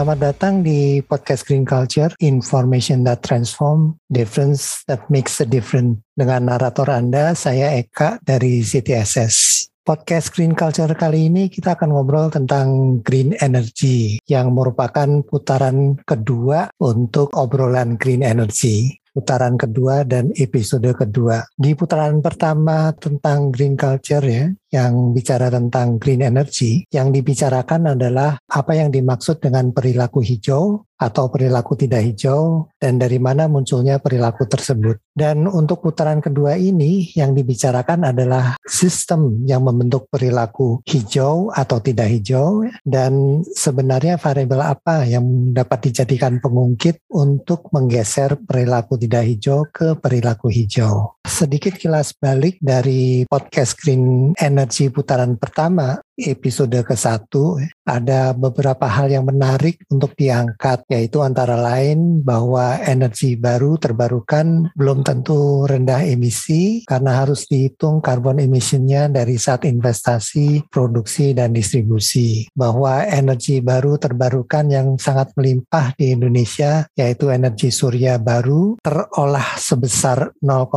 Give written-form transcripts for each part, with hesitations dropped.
Selamat datang di podcast Green Culture, Information that Transform, Difference that Makes a Difference. Dengan narator Anda, saya Eka dari CTSS. Podcast Green Culture kali ini kita akan ngobrol tentang green energy yang merupakan putaran kedua untuk obrolan green energy. Putaran kedua dan episode kedua. Di putaran pertama tentang green culture ya, yang bicara tentang green energy, yang dibicarakan adalah apa yang dimaksud dengan perilaku hijau atau perilaku tidak hijau dan dari mana munculnya perilaku tersebut. Dan untuk putaran kedua ini yang dibicarakan adalah sistem yang membentuk perilaku hijau atau tidak hijau dan sebenarnya variabel apa yang dapat dijadikan pengungkit untuk menggeser perilaku tidak hijau ke perilaku hijau. Sedikit kilas balik dari podcast Green Energy putaran pertama, episode ke-1, ada beberapa hal yang menarik untuk diangkat, yaitu antara lain bahwa energi baru terbarukan belum tentu rendah emisi karena harus dihitung carbon emission-nya dari saat investasi, produksi, dan distribusi. Bahwa energi baru terbarukan yang sangat melimpah di Indonesia, yaitu energi surya baru, terolah sebesar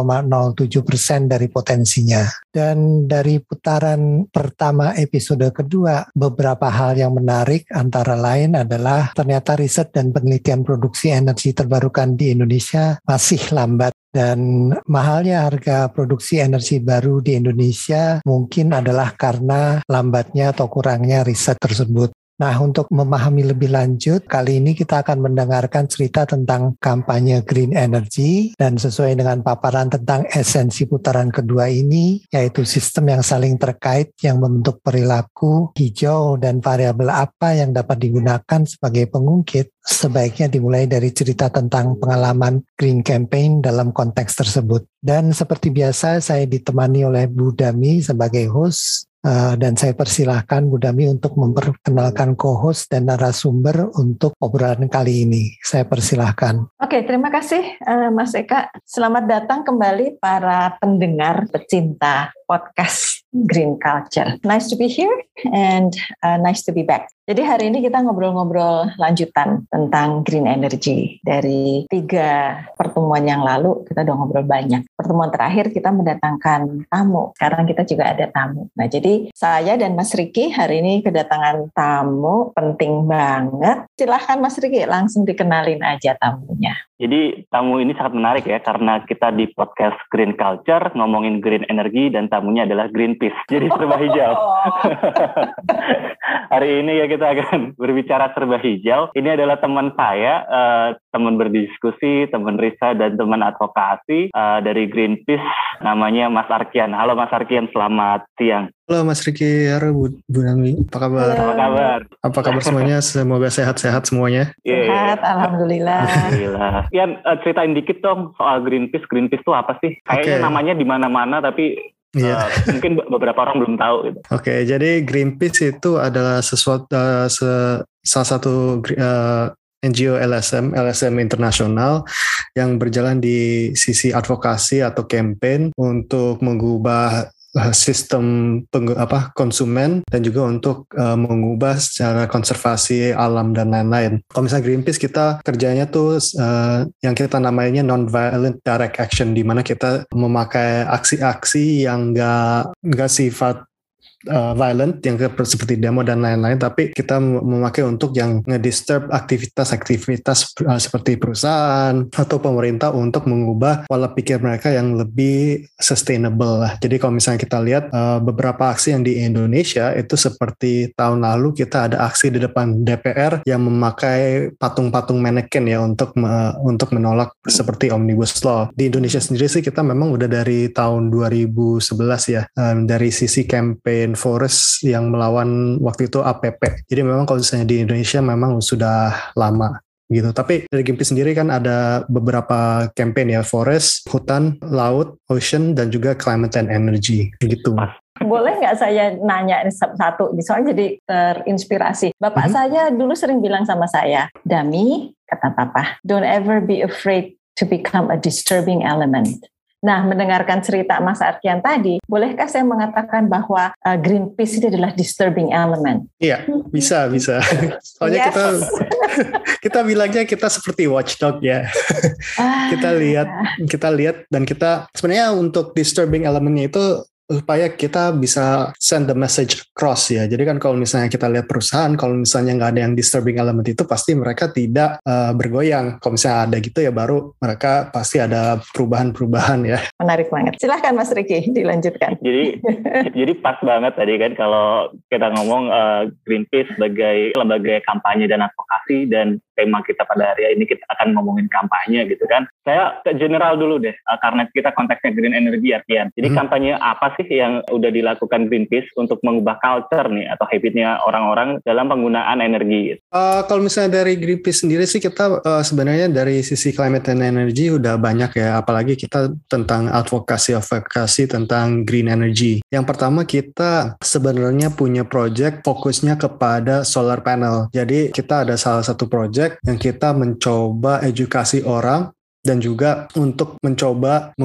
0,07% dari potensinya. Dan dari putaran pertama episode kedua, beberapa hal yang menarik antara lain adalah ternyata riset dan penelitian produksi energi terbarukan di Indonesia masih lambat. Dan mahalnya harga produksi energi baru di Indonesia mungkin adalah karena lambatnya atau kurangnya riset tersebut. Nah, untuk memahami lebih lanjut, kali ini kita akan mendengarkan cerita tentang kampanye green energy dan sesuai dengan paparan tentang esensi putaran kedua ini, yaitu sistem yang saling terkait yang membentuk perilaku hijau dan variabel apa yang dapat digunakan sebagai pengungkit, sebaiknya dimulai dari cerita tentang pengalaman green campaign dalam konteks tersebut. Dan seperti biasa, saya ditemani oleh Bu Dami sebagai host. Dan saya persilahkan Bu Dami untuk memperkenalkan co-host dan narasumber untuk obrolan kali ini. Saya persilahkan. Oke, terima kasih Mas Eka. Selamat datang kembali para pendengar pecinta podcast Green Culture. Nice to be here and nice to be back. Jadi hari ini kita ngobrol-ngobrol lanjutan tentang green energy. Dari 3 pertemuan yang lalu kita udah ngobrol banyak. Pertemuan terakhir kita mendatangkan tamu. Sekarang kita juga ada tamu. Nah, jadi saya dan Mas Riki hari ini kedatangan tamu penting banget. Silahkan Mas Riki langsung dikenalin aja tamunya. Jadi tamu ini sangat menarik ya, karena kita di podcast Green Culture ngomongin green energy dan tamunya adalah Greenpeace. Jadi serba hijau. Hari ini ya kita akan berbicara serba hijau. Ini adalah teman saya, teman berdiskusi, teman riset dan teman advokasi dari Greenpeace. Namanya Mas Arkian. Halo Mas Arkian, selamat siang. Halo Mas Riki, halo Bu Nami, apa kabar? Halo. Apa kabar? Apa kabar semuanya? Semoga sehat-sehat semuanya. Sehat, alhamdulillah. Alhamdulillah. Ian, ceritain dikit dong soal Greenpeace. Greenpeace itu apa sih? Kayaknya namanya di mana-mana, tapi mungkin beberapa orang belum tahu. Gitu. Oke, jadi Greenpeace itu adalah salah satu NGO LSM internasional yang berjalan di sisi advokasi atau campaign untuk mengubah sistem konsumen dan juga untuk mengubah secara konservasi alam dan lain-lain. Kalau misalnya Greenpeace, kita kerjanya tuh yang kita namanya non-violent direct action, di mana kita memakai aksi-aksi yang nggak sifat violent yang seperti demo dan lain-lain, tapi kita memakai untuk yang nge-disturb aktivitas seperti perusahaan atau pemerintah untuk mengubah pola pikir mereka yang lebih sustainable lah. Jadi kalau misalnya kita lihat beberapa aksi yang di Indonesia itu seperti tahun lalu kita ada aksi di depan DPR yang memakai patung-patung mannequin ya untuk menolak seperti Omnibus Law. Di Indonesia sendiri sih kita memang udah dari tahun 2011 ya, dari sisi campaign Forest yang melawan waktu itu APP. Jadi memang kalau misalnya di Indonesia memang sudah lama gitu. Tapi dari Greenpeace sendiri kan ada beberapa campaign ya, forest, hutan, laut, ocean, dan juga climate and energy gitu. Boleh nggak saya nanya satu, soalnya jadi terinspirasi. Bapak saya dulu sering bilang sama saya, Dami, kata Papa, don't ever be afraid to become a disturbing element. Nah, mendengarkan cerita Mas Arkian tadi, bolehkah saya mengatakan bahwa Greenpeace itu adalah disturbing element? Iya, bisa. Soalnya kita bilangnya kita seperti watchdog ya. Kita lihat dan kita sebenarnya untuk disturbing elementnya itu supaya kita bisa send the message across ya. Jadi kan kalau misalnya kita lihat perusahaan, kalau misalnya nggak ada yang disturbing element itu pasti mereka tidak bergoyang. Kalau misalnya ada gitu ya baru mereka pasti ada perubahan-perubahan ya. Menarik banget. Silahkan Mas Riki dilanjutkan. Jadi pas banget tadi kan kalau kita ngomong Greenpeace sebagai lembaga kampanye dan advokasi, dan tema kita pada hari ini kita akan ngomongin kampanye gitu kan. Saya ke general dulu deh, karena kita konteksnya green energy Arkian. Jadi kampanye apa sih yang udah dilakukan Greenpeace untuk mengubah culture nih atau habitnya orang-orang dalam penggunaan energi? Kalau misalnya dari Greenpeace sendiri sih kita sebenarnya dari sisi climate and energy udah banyak ya, apalagi kita tentang advokasi tentang green energy. Yang pertama kita sebenarnya punya project fokusnya kepada solar panel. Jadi kita ada salah satu project yang kita mencoba edukasi orang dan juga untuk mencoba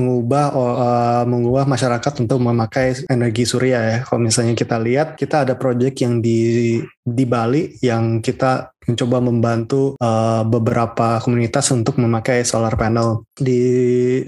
mengubah masyarakat untuk memakai energi surya ya. Kalau misalnya kita lihat, kita ada proyek yang di Bali yang kita mencoba membantu beberapa komunitas untuk memakai solar panel. Di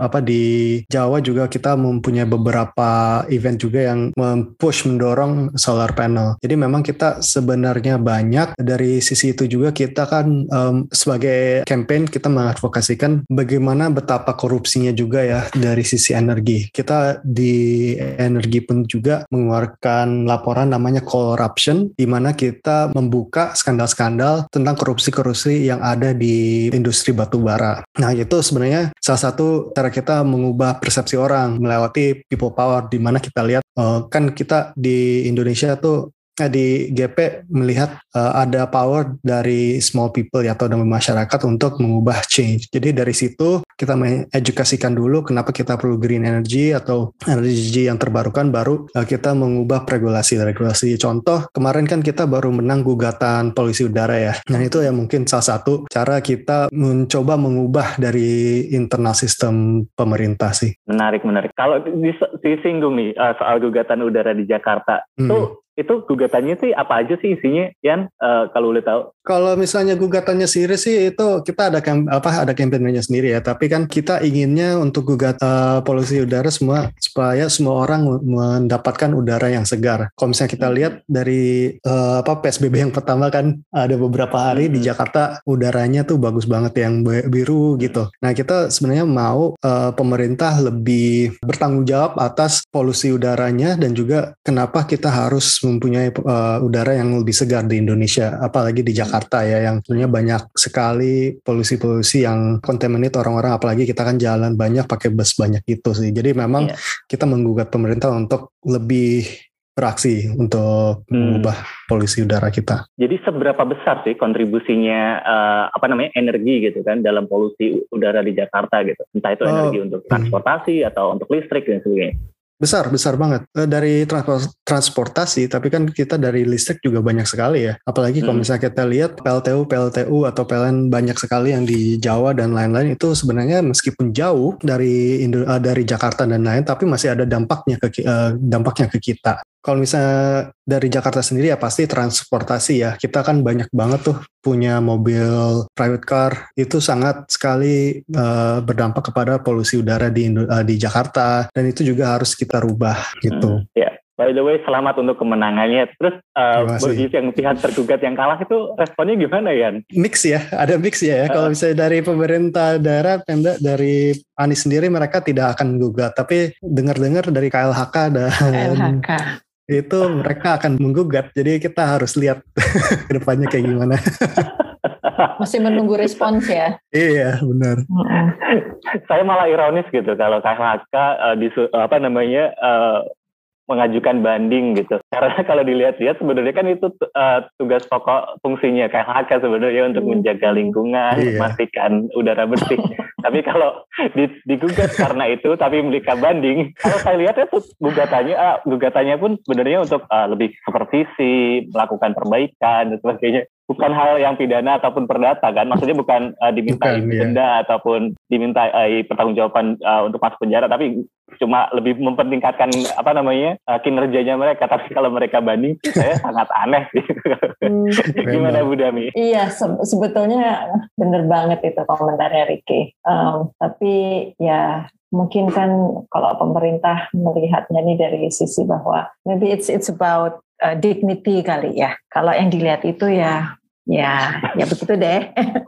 Jawa juga kita mempunyai beberapa event juga yang mendorong solar panel. Jadi memang kita sebenarnya banyak dari sisi itu juga kita kan sebagai campaign kita mengadvokasikan bagaimana betapa korupsinya juga ya dari sisi energi. Kita di energi pun juga mengeluarkan laporan namanya corruption, di mana kita membuka skandal-skandal tentang korupsi-korupsi yang ada di industri batubara. Nah itu sebenarnya salah satu cara kita mengubah persepsi orang melewati people power, di mana kita lihat kan kita di Indonesia tuh di GP melihat ada power dari small people ya, atau dari masyarakat untuk mengubah change. Jadi dari situ kita mengedukasikan dulu kenapa kita perlu green energy atau energi yang terbarukan, baru kita mengubah regulasi. Contoh kemarin kan kita baru menang gugatan polusi udara ya. Nah itu ya mungkin salah satu cara kita mencoba mengubah dari internal sistem pemerintah sih. Menarik. Kalau disinggung nih soal gugatan udara di Jakarta, itu gugatannya sih apa aja sih isinya, Yan? Kalau boleh tahu? Kalau misalnya gugatannya sendiri sih itu kita ada kampanyenya sendiri ya. Tapi kan kita inginnya untuk gugat polusi udara supaya semua orang mendapatkan udara yang segar. Kalau misalnya kita lihat dari PSBB yang pertama kan ada beberapa hari di Jakarta udaranya tuh bagus banget yang biru gitu. Nah kita sebenarnya mau pemerintah lebih bertanggung jawab atas polusi udaranya, dan juga kenapa kita harus mempunyai udara yang lebih segar di Indonesia, apalagi di Jakarta ya, yang sebenarnya banyak sekali polusi-polusi yang contaminate orang-orang, apalagi kita kan jalan banyak pakai bus banyak gitu sih. Jadi memang kita menggugat pemerintah untuk lebih beraksi untuk mengubah polusi udara kita. Jadi seberapa besar sih kontribusinya energi gitu kan dalam polusi udara di Jakarta gitu? Entah itu energi untuk transportasi atau untuk listrik dan sebagainya. Besar banget dari transportasi, tapi kan kita dari listrik juga banyak sekali ya. Apalagi kalau misalnya kita lihat PLTU atau PLN banyak sekali yang di Jawa dan lain-lain, itu sebenarnya meskipun jauh dari Jakarta dan lain, tapi masih ada dampaknya ke kita. Kalau misalnya dari Jakarta sendiri ya pasti transportasi ya. Kita kan banyak banget tuh punya mobil private car, itu sangat sekali berdampak kepada polusi udara di Jakarta, dan itu juga harus kita rubah gitu. By the way, selamat untuk kemenangannya. Terus bagi yang pihak tergugat yang kalah itu responnya gimana ya? Ada mix ya. Kalau misalnya dari pemerintah daerah, Pemda dari Anies sendiri mereka tidak akan gugat, tapi dengar-dengar dari KLHK itu mereka akan menggugat. Jadi kita harus lihat ke depannya kayak gimana. Masih menunggu respons ya. Iya, benar. Saya malah ironis gitu kalau KLHK mengajukan banding gitu. Karena kalau dilihat-lihat sebenarnya kan itu tugas pokok fungsinya KLHK sebenarnya untuk menjaga lingkungan, memastikan udara bersih. Tapi kalau digugat karena itu, tapi mereka banding, kalau saya lihat itu gugatannya pun sebenarnya untuk lebih supervisi, melakukan perbaikan dan sebagainya. Bukan hal yang pidana ataupun perdata kan, maksudnya bukan dimintai denda ataupun dimintai pertanggungjawaban untuk masuk penjara, tapi cuma lebih mempentingkatkan kinerjanya mereka. Tapi kalau mereka banding, saya sangat aneh sih. Gimana Bu Dami? Iya, sebetulnya benar banget itu komentarnya Ricky. Tapi ya mungkin kan kalau pemerintah melihatnya nih dari sisi bahwa maybe it's about dignity kali ya. Kalau yang dilihat itu ya begitu deh.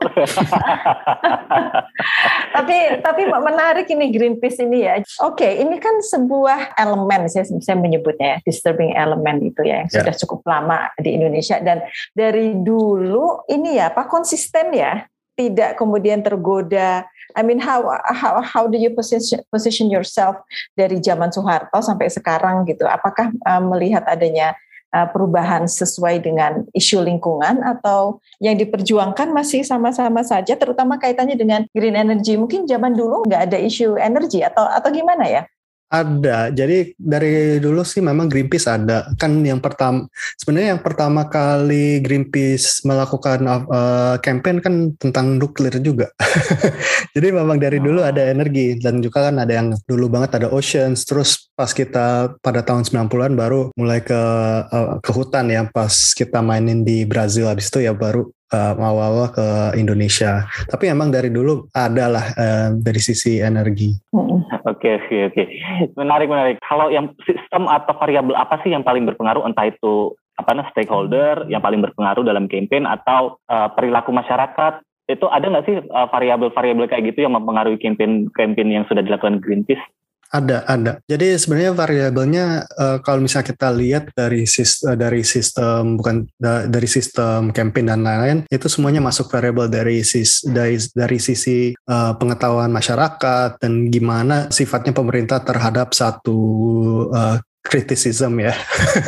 tapi menarik ini Greenpeace ini ya. Oke, ini kan sebuah elemen saya menyebutnya disturbing element itu ya yang sudah cukup lama di Indonesia, dan dari dulu ini ya konsisten ya, tidak kemudian tergoda. I mean, how do you position yourself dari zaman Soeharto sampai sekarang gitu? Apakah melihat adanya perubahan sesuai dengan isu lingkungan, atau yang diperjuangkan masih sama-sama saja, terutama kaitannya dengan green energy? Mungkin zaman dulu nggak ada isu energi atau gimana ya? Ada, jadi dari dulu sih memang Greenpeace ada. Kan yang pertama kali Greenpeace melakukan campaign kan tentang nuklir juga. Jadi memang dari dulu ada energi, dan juga kan ada yang dulu banget ada oceans. Terus pas kita pada tahun 90-an baru mulai ke hutan ya, pas kita mainin di Brazil, habis itu ya baru awal-awal ke Indonesia. Tapi emang dari dulu adalah dari sisi energi. Oke. Menarik. Kalau yang sistem atau variabel apa sih yang paling berpengaruh, entah itu stakeholder yang paling berpengaruh dalam campaign atau perilaku masyarakat? Itu ada nggak sih variabel-variabel kayak gitu yang mempengaruhi campaign yang sudah dilakukan Greenpeace? Ada. Jadi sebenarnya variabelnya kalau misalnya kita lihat dari sistem campaign dan lain-lain, itu semuanya masuk variabel dari sisi pengetahuan masyarakat dan gimana sifatnya pemerintah terhadap satu criticism ya.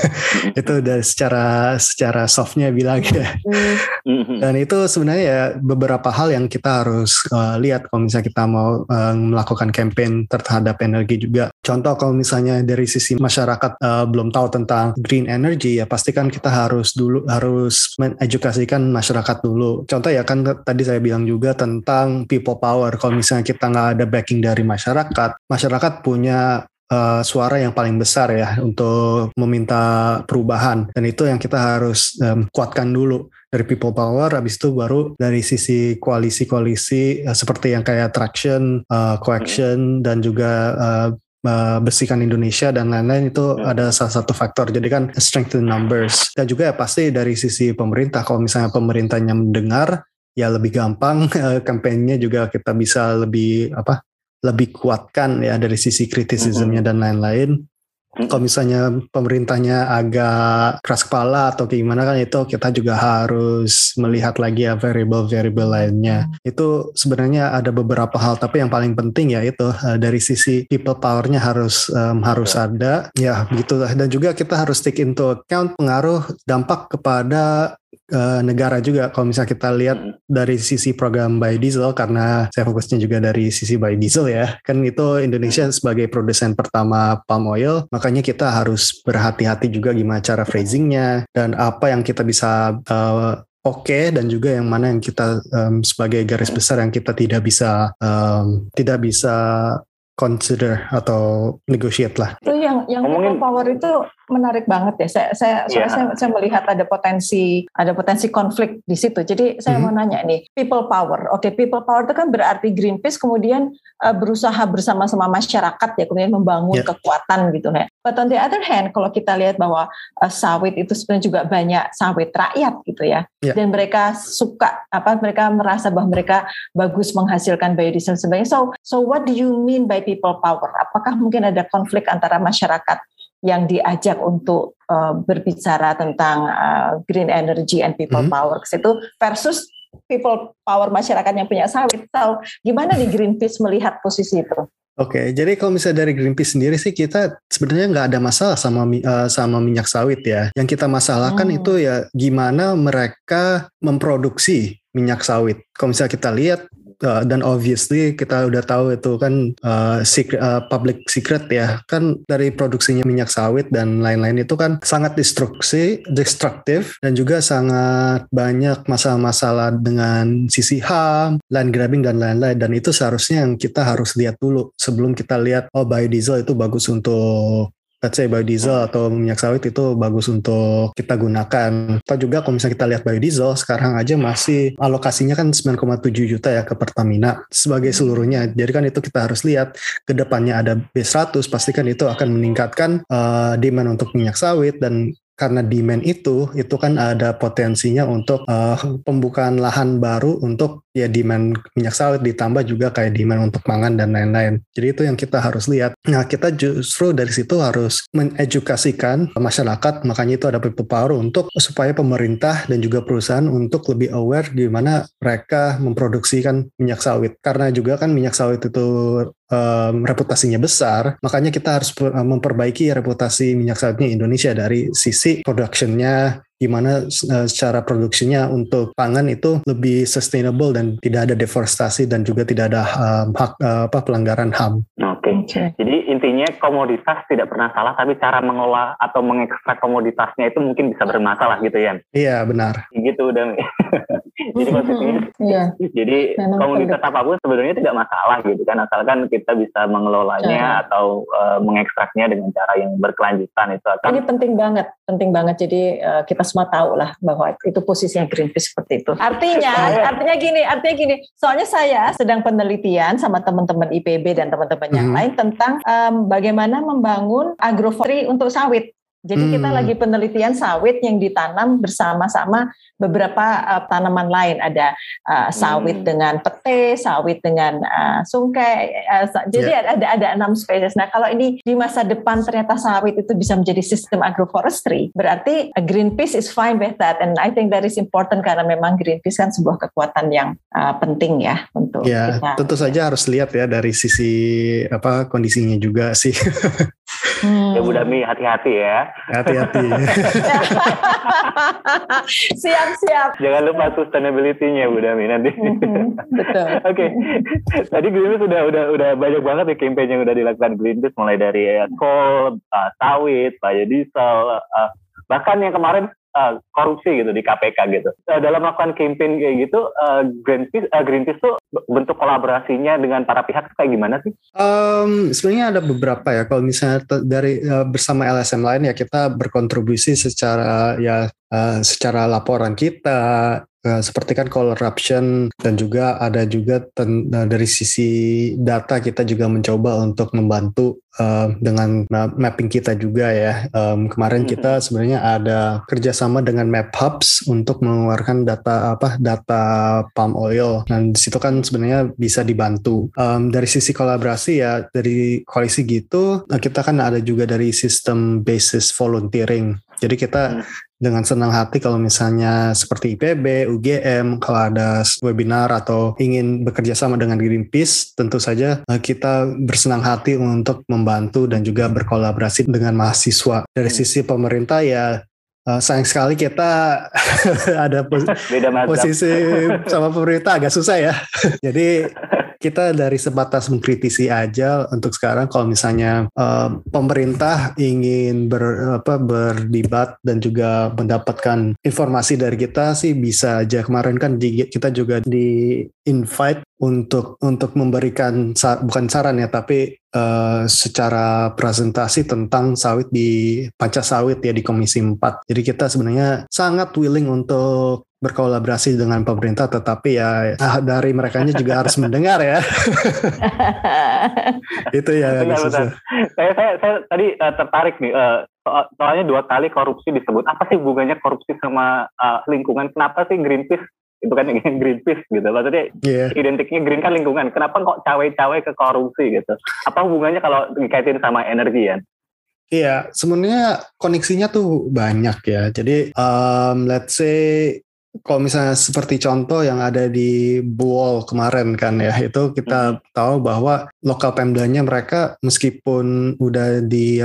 Itu dari secara softnya bilang ya. Dan itu sebenarnya ya beberapa hal yang kita harus lihat kalau misalnya kita mau melakukan campaign terhadap energi juga. Contoh kalau misalnya dari sisi masyarakat belum tahu tentang green energy, ya pasti kan kita harus mengedukasikan masyarakat dulu. Contoh ya kan tadi saya bilang juga tentang people power. Kalau misalnya kita nggak ada backing dari masyarakat punya suara yang paling besar ya untuk meminta perubahan, dan itu yang kita harus kuatkan dulu dari people power. Habis itu baru dari sisi koalisi seperti yang kayak Traction, Coaction, dan juga Bersihkan Indonesia dan lain-lain, itu ada salah satu faktor. Jadi kan strength in numbers. Dan juga ya pasti dari sisi pemerintah, kalau misalnya pemerintahnya mendengar ya lebih gampang kampanyenya juga kita bisa lebih kuatkan ya dari sisi kritisismnya dan lain-lain. Kalau misalnya pemerintahnya agak keras kepala atau gimana kan, itu kita juga harus melihat lagi ya variable lainnya. Itu sebenarnya ada beberapa hal, tapi yang paling penting ya itu dari sisi people powernya harus ada ya begitulah. Dan juga kita harus take into account pengaruh dampak kepada negara juga. Kalau misalnya kita lihat dari sisi program biodiesel, karena saya fokusnya juga dari sisi biodiesel ya, kan itu Indonesia sebagai produsen pertama palm oil, makanya kita harus berhati-hati juga gimana cara phrasingnya dan apa yang kita bisa dan juga yang mana yang kita sebagai garis besar yang kita tidak bisa consider atau negotiate lah. Itu yang people power itu menarik banget ya. Saya melihat ada potensi konflik di situ. Jadi saya mau nanya nih, people power. Oke, people power itu kan berarti Greenpeace kemudian berusaha bersama-sama masyarakat ya, kemudian membangun kekuatan gitu ya. But on the other hand, kalau kita lihat bahwa sawit itu sebenarnya juga banyak sawit rakyat gitu ya. Dan mereka mereka merasa bahwa mereka bagus menghasilkan biodiesel sebagainya. So what do you mean by people power? Apakah mungkin ada konflik antara masyarakat yang diajak untuk berbicara tentang green energy and people power ke situ versus people power masyarakat yang punya sawit? So, gimana di Greenpeace melihat posisi itu? Oke, jadi kalau misalnya dari Greenpeace sendiri sih kita sebenarnya nggak ada masalah sama minyak sawit ya. Yang kita masalahkan itu ya gimana mereka memproduksi minyak sawit. Kalau misalnya kita lihat dan obviously kita udah tahu itu kan public secret ya, kan dari produksinya minyak sawit dan lain-lain itu kan sangat destruktif dan juga sangat banyak masalah-masalah dengan sisi HAM, land grabbing dan lain-lain, dan itu seharusnya yang kita harus lihat dulu sebelum kita lihat biodiesel itu bagus untuk let's say biodiesel atau minyak sawit itu bagus untuk kita gunakan. Atau juga kalau misalnya kita lihat biodiesel sekarang aja masih alokasinya kan 9,7 juta ya ke Pertamina sebagai seluruhnya. Jadi kan itu kita harus lihat ke depannya ada B100, pastikan itu akan meningkatkan demand untuk minyak sawit, dan karena demand itu kan ada potensinya untuk pembukaan lahan baru untuk ya demand minyak sawit, ditambah juga kayak demand untuk pangan dan lain-lain. Jadi itu yang kita harus lihat. Nah, kita justru dari situ harus mengedukasikan masyarakat, makanya itu ada people power untuk supaya pemerintah dan juga perusahaan untuk lebih aware gimana mereka memproduksikan minyak sawit. Karena juga kan minyak sawit itu reputasinya besar, makanya kita harus memperbaiki reputasi minyak sawitnya Indonesia dari sisi production-nya, gimana secara produksinya untuk pangan itu lebih sustainable dan tidak ada deforestasi dan juga tidak ada pelanggaran HAM. Oke. Jadi intinya komoditas tidak pernah salah, tapi cara mengolah atau mengekstrak komoditasnya itu mungkin bisa bermasalah gitu ya? Iya, benar. Gitu udah. Jadi maksudnya, jadi komoditas apapun sebenarnya tidak masalah gitu kan, asalkan kita bisa mengelolanya atau mengekstraknya dengan cara yang berkelanjutan itu akan. Ini penting banget. Jadi kita semua tahu lah bahwa itu posisinya Greenpeace seperti itu. Artinya gini. Soalnya saya sedang penelitian sama teman-teman IPB dan teman-teman yang lain tentang bagaimana membangun agroforestry untuk sawit. Jadi kita lagi penelitian sawit yang ditanam bersama-sama beberapa tanaman lain. Ada sawit dengan pete, sawit dengan sungkai. Jadi ada 6 spesies. Nah, kalau ini di masa depan ternyata sawit itu bisa menjadi sistem agroforestry, berarti Greenpeace is fine with that. And I think that is important karena memang Greenpeace kan sebuah kekuatan yang penting ya untuk kita. Tentu saja harus lihat ya dari sisi kondisinya juga sih. Ya Bu Dami, hati-hati ya. Hati-hati. Siap. Jangan lupa sustainability-nya Bu Dami nanti. Betul. Oke. Tadi Greenpeace udah banyak banget ya campaign yang udah dilakukan Greenpeace, mulai dari coal, sawit, biodiesel, bahkan yang kemarin korupsi gitu di KPK gitu. Dalam melakukan campaign kayak gitu, Greenpeace tuh bentuk kolaborasinya dengan para pihak kayak gimana sih? Sebenarnya ada beberapa ya. Kalau misalnya dari bersama LSM lain ya, kita berkontribusi secara laporan kita, seperti kan corruption, dan juga ada juga dari sisi data kita juga mencoba untuk membantu dengan mapping kita juga ya. Kemarin kita sebenarnya ada kerjasama dengan Map Hubs untuk mengeluarkan data palm oil. Dan di situ kan sebenarnya bisa dibantu. Dari sisi kolaborasi ya, dari koalisi gitu, kita kan ada juga dari sistem basis volunteering. Jadi kita dengan senang hati kalau misalnya seperti IPB, UGM, kalau ada webinar atau ingin bekerja sama dengan Greenpeace, tentu saja kita bersenang hati untuk membantu dan juga berkolaborasi dengan mahasiswa. Dari sisi pemerintah ya, sayang sekali kita ada posisi sama pemerintah agak susah ya. Jadi kita dari sebatas mengkritisi aja untuk sekarang. Kalau misalnya pemerintah ingin berdebat dan juga mendapatkan informasi dari kita sih bisa aja. Kemarin kan kita juga di invite untuk memberikan bukan saran ya, tapi secara presentasi tentang sawit di Panca Sawit ya di Komisi 4. Jadi kita sebenarnya sangat willing untuk berkolaborasi dengan pemerintah, tetapi ya dari merekanya juga harus mendengar ya. Itu ya. Betul. Saya tadi tertarik nih, soalnya 2 kali korupsi disebut. Apa sih hubungannya korupsi sama lingkungan? Kenapa sih Greenpeace itu kan Greenpeace gitu, maksudnya identiknya green kan lingkungan, kenapa kok cawe-cawe ke korupsi gitu? Apa hubungannya kalau dikaitin sama energi ya? Iya, sebenarnya koneksinya tuh banyak ya. Jadi let's say kalau misalnya seperti contoh yang ada di Buol kemarin kan ya, itu kita tahu bahwa lokal Pemdanya mereka meskipun udah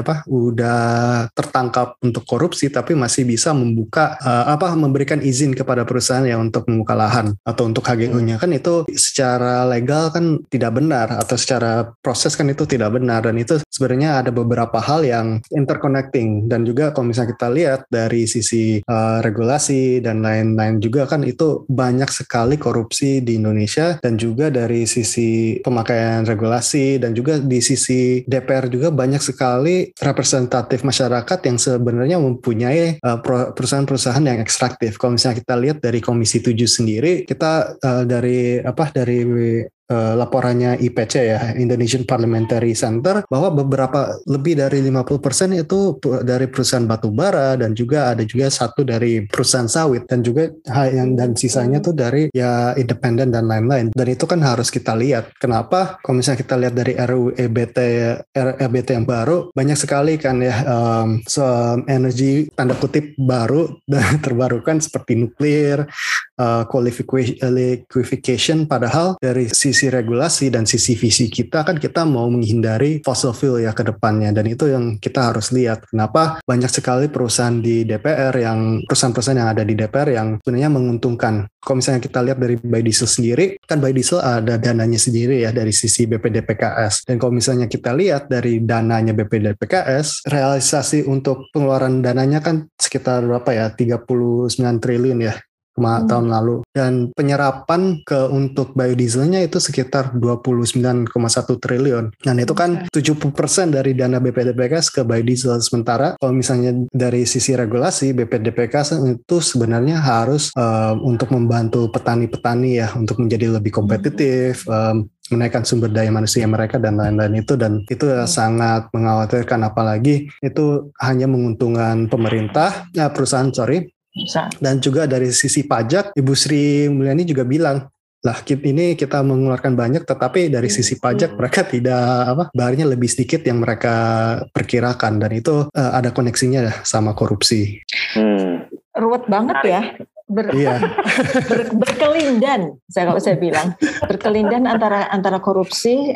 tertangkap untuk korupsi, tapi masih bisa memberikan izin kepada perusahaan ya untuk membuka lahan atau untuk HGU-nya. Kan itu secara legal kan tidak benar, atau secara proses kan itu tidak benar, dan itu sebenarnya ada beberapa hal yang interconnecting. Dan juga kalau misalnya kita lihat dari sisi regulasi dan lain-lain juga kan itu banyak sekali korupsi di Indonesia, dan juga dari sisi pemakaian regulasi, dan juga di sisi DPR juga banyak sekali representatif masyarakat yang sebenarnya mempunyai perusahaan-perusahaan yang ekstraktif. Kalau misalnya kita lihat dari Komisi 7 sendiri, kita dari laporannya IPC ya, Indonesian Parliamentary Center, bahwa lebih dari 50% itu dari perusahaan batubara, dan juga ada juga satu dari perusahaan sawit, dan juga dan sisanya tuh dari ya independen dan lain-lain. Dan itu kan harus kita lihat. Kenapa? Kalau misalnya kita lihat dari RUU EBT yang baru, banyak sekali kan ya energi tanda kutip baru dan terbarukan seperti nuklir, qualification, padahal dari sisi regulasi dan sisi visi kita kan kita mau menghindari fossil fuel ya ke depannya, dan itu yang kita harus lihat. Kenapa banyak sekali perusahaan yang ada di DPR yang sebenarnya menguntungkan. Kalau misalnya kita lihat dari biodiesel sendiri, kan biodiesel ada dananya sendiri ya dari sisi BPDPKS, dan kalau misalnya kita lihat dari dananya BPDPKS, realisasi untuk pengeluaran dananya kan sekitar 39 triliun ya tahun lalu, dan penyerapan untuk biodieselnya itu sekitar 29,1 triliun, dan itu kan 70% dari dana BPDPKS ke biodiesel. Sementara kalau misalnya dari sisi regulasi, BPDPKS itu sebenarnya harus untuk membantu petani-petani ya untuk menjadi lebih kompetitif, menaikkan sumber daya manusia mereka dan lain-lain itu, dan itu sangat mengkhawatirkan, apalagi itu hanya menguntungkan perusahaan. Dan juga dari sisi pajak, Ibu Sri Mulyani juga bilang, ini kita mengeluarkan banyak, tetapi dari sisi pajak mereka tidak bayarnya lebih sedikit yang mereka perkirakan, dan itu ada koneksinya sama korupsi. Ruwet banget ya. Berkelindan, kalau saya bilang berkelindan antara korupsi,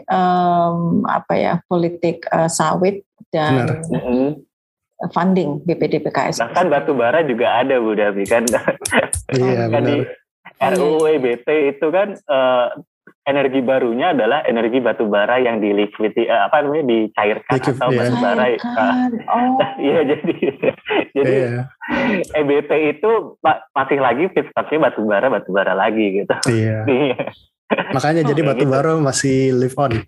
politik sawit dan funding BPDPKS. Bahkan batu bara juga ada, Bu Davi kan. Iya, kan di RUU EBT itu kan energi barunya adalah energi batu bara yang dicairkan atau batu bara. Iya, jadi EBT itu masih lagi feedstocknya batu bara lagi gitu. Iya. Makanya jadi batu bara masih live on.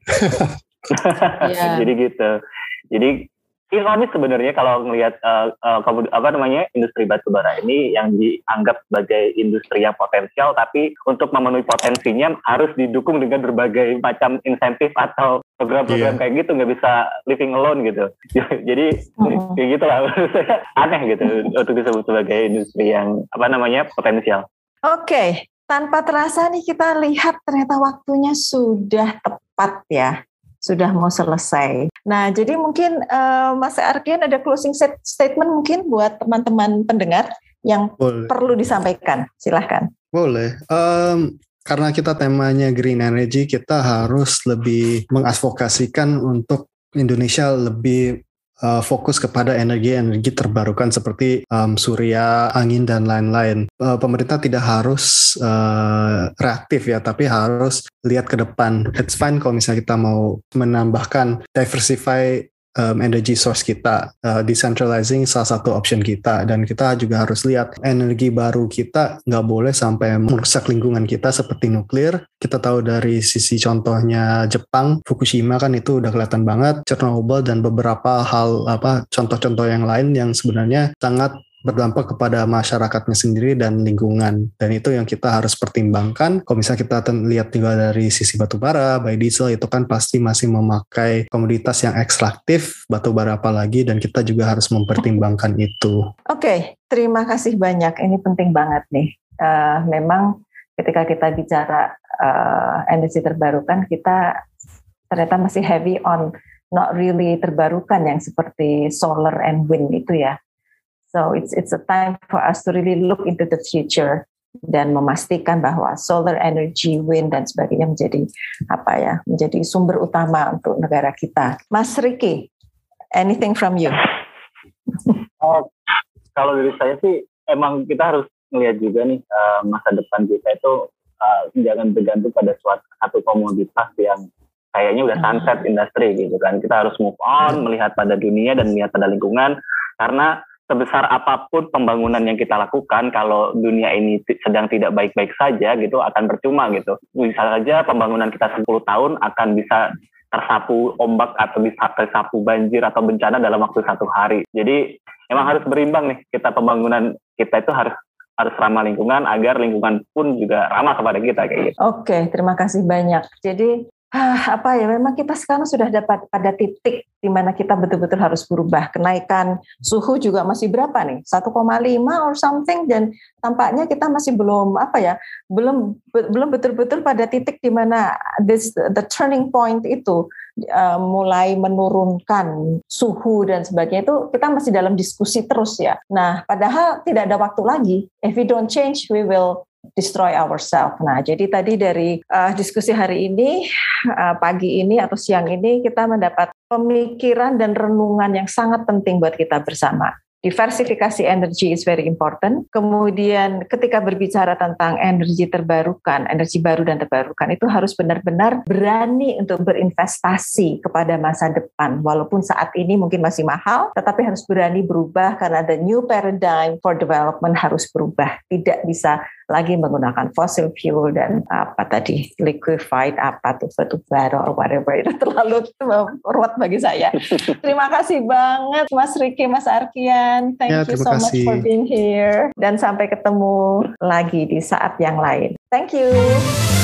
Jadi gitu. Jadi ironis sebenarnya kalau melihat industri batubara ini yang dianggap sebagai industri yang potensial, tapi untuk memenuhi potensinya harus didukung dengan berbagai macam insentif atau program-program kayak gitu, nggak bisa living alone gitu. Jadi kayak gitulah, aneh gitu untuk disebut sebagai industri yang potensial. Oke, tanpa terasa nih kita lihat ternyata waktunya sudah tepat ya. Sudah mau selesai. Nah, jadi mungkin Mas Arkian ada closing statement mungkin buat teman-teman pendengar yang perlu disampaikan. Silahkan. Boleh. Karena kita temanya green energy, kita harus lebih mengadvokasikan untuk Indonesia lebih fokus kepada energi terbarukan seperti surya, angin, dan lain-lain. Pemerintah tidak harus reaktif ya, tapi harus lihat ke depan. It's fine kalau misalnya kita mau menambahkan diversify energy source kita, decentralizing salah satu option kita, dan kita juga harus lihat energi baru kita nggak boleh sampai merusak lingkungan kita seperti nuklir. Kita tahu dari sisi contohnya Jepang, Fukushima kan itu udah kelihatan banget, Chernobyl, dan beberapa hal contoh-contoh yang lain yang sebenarnya sangat berdampak kepada masyarakatnya sendiri dan lingkungan, dan itu yang kita harus pertimbangkan. Kalau misalnya kita lihat juga dari sisi batubara, biodiesel itu kan pasti masih memakai komoditas yang ekstraktif, batubara apalagi, dan kita juga harus mempertimbangkan itu. Oke, terima kasih banyak. Ini penting banget nih. Memang ketika kita bicara energi terbarukan, kita ternyata masih heavy on not really terbarukan yang seperti solar and wind itu ya. So it's a time for us to really look into the future. dan memastikan bahwa solar energy, wind dan sebagainya menjadi sumber utama untuk negara kita. Mas Ricky, anything from you? Kalau dari saya sih emang kita harus melihat juga nih masa depan kita itu jangan bergantung pada satu komoditas yang kayaknya udah sunset industri gitu kan. Kita harus move on, melihat pada dunia dan melihat pada lingkungan, karena sebesar apapun pembangunan yang kita lakukan, kalau dunia ini sedang tidak baik-baik saja gitu, akan percuma gitu. Bisa saja pembangunan kita 10 tahun akan bisa tersapu ombak atau bisa tersapu banjir atau bencana dalam waktu 1 hari. Jadi emang harus berimbang nih, kita pembangunan kita itu harus ramah lingkungan agar lingkungan pun juga ramah kepada kita kayak gitu. Oke, terima kasih banyak. Jadi memang kita sekarang sudah dapat pada titik di mana kita betul-betul harus berubah. Kenaikan suhu juga masih berapa nih? 1,5 or something, dan tampaknya kita masih belum betul-betul pada titik di mana the turning point itu mulai menurunkan suhu dan sebagainya, itu kita masih dalam diskusi terus ya. Nah, padahal tidak ada waktu lagi. If we don't change, we will destroy ourselves. Nah, jadi tadi dari diskusi hari ini, pagi ini atau siang ini, kita mendapat pemikiran dan renungan yang sangat penting buat kita bersama. Diversifikasi energi is very important. Kemudian ketika berbicara tentang energi terbarukan, energi baru dan terbarukan, itu harus benar-benar berani untuk berinvestasi kepada masa depan. Walaupun saat ini mungkin masih mahal, tetapi harus berani berubah karena the new paradigm for development harus berubah. Tidak bisa lagi menggunakan fossil fuel dan liquefied batu bara or whatever, itu terlalu ruwet bagi saya. Terima kasih banget Mas Ricky, Mas Arkian, thank you so much for being here, dan sampai ketemu lagi di saat yang lain. Thank you.